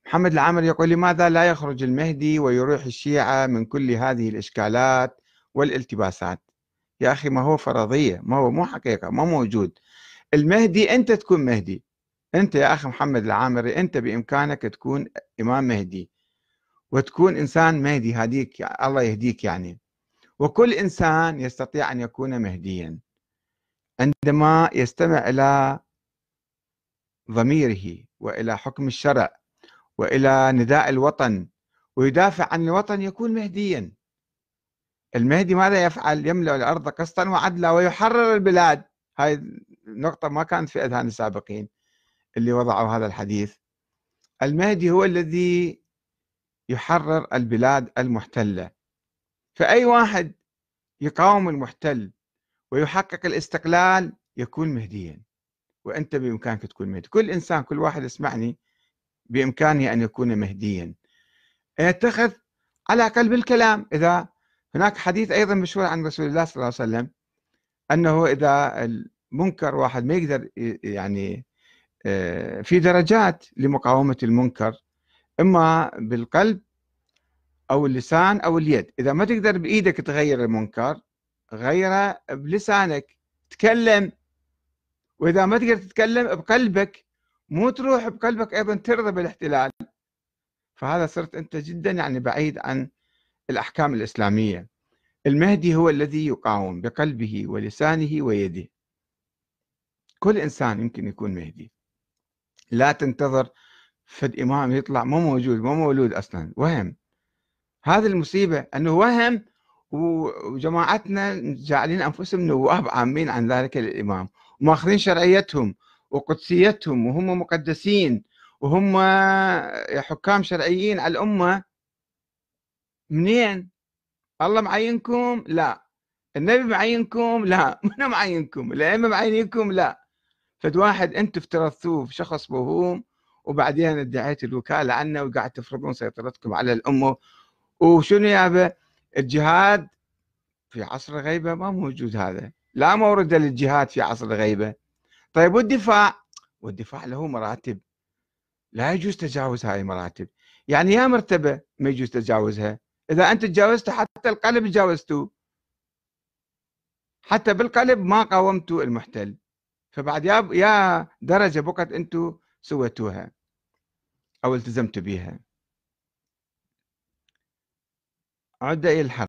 محمد العامر يقول: لماذا لا يخرج المهدي ويروح الشيعة من كل هذه الإشكالات والالتباسات؟ يا أخي، ما هو فرضية، ما هو مو حقيقة، ما موجود. المهدي أنت تكون مهدي. أنت يا أخي محمد العامري، أنت بإمكانك تكون إمام مهدي وتكون إنسان مهدي، هديك الله يهديك يعني. وكل إنسان يستطيع أن يكون مهديا عندما يستمع إلى ضميره وإلى حكم الشرع وإلى نداء الوطن ويدافع عن الوطن، يكون مهديا. المهدي ماذا يفعل؟ يملأ الأرض قسطا وعدلا ويحرر البلاد. هاي نقطة ما كانت في أذهان السابقين اللي وضعوا هذا الحديث. المهدي هو الذي يحرر البلاد المحتلة، فأي واحد يقاوم المحتل ويحقق الاستقلال يكون مهديا. وأنت بإمكانك تكون مهدي، كل إنسان، كل واحد يسمعني بإمكانه أن يكون مهديا، يتخذ على الأقل بالكلام. إذا هناك حديث أيضا مشهور عن رسول الله صلى الله عليه وسلم أنه إذا المنكر واحد ما يقدر يعني في درجات لمقاومة المنكر، إما بالقلب أو اللسان أو اليد. إذا ما تقدر بإيدك تغير المنكر، غيره بلسانك، تكلم. وإذا ما تقدر تتكلم بقلبك، مو تروح بقلبك أيضا ترضى بالاحتلال. فهذا صرت أنت جدا يعني بعيد عن الأحكام الإسلامية. المهدي هو الذي يقاوم بقلبه ولسانه ويده. كل إنسان يمكن يكون مهدي. لا تنتظر فد إمام يطلع مو موجود، مو مولود أصلا، وهم. هذه المصيبة أنه وهم، وجماعتنا جعلين أنفسهم نواب عامين عن ذلك الإمام، وماخذين شرعيتهم وقدسيتهم وهم مقدسين وهم حكام شرعيين على الأمة. منين؟ الله معينكم؟ لا. النبي معينكم؟ لا. منو معينكم؟ الأئمة معينكم؟ لا. فد واحد أنتم افترضتوه في شخص بوهوم، وبعدين ادعيتوا الوكالة عنه وقاعد تفرضون سيطرتكم على الأمة. وشنو يابا؟ الجهاد في عصر الغيبة ما موجود، هذا لا مورد للجهاد في عصر الغيبة. طيب والدفاع؟ والدفاع له مراتب، لا يجوز تجاوز هاي المراتب. يعني يا مرتبة ما يجوز تجاوزها. إذا أنت تجاوزت حتى القلب تجاوزته، حتى بالقلب ما قاومتوا المحتل، فبعد يا درجة بقت أنتوا سويتوها أو التزمتوا بها. عد إلى الحرب.